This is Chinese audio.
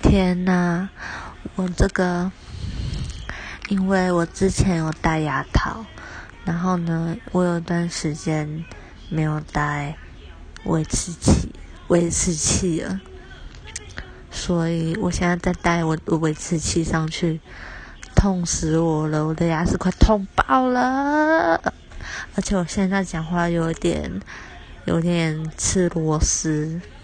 天哪，我这个，因为我之前有戴牙套，然后呢，我有段时间没有戴维持器了，所以我现在在戴我的维持器上去，痛死我了，我的牙齿快痛爆了，而且我现在讲话有点吃螺丝，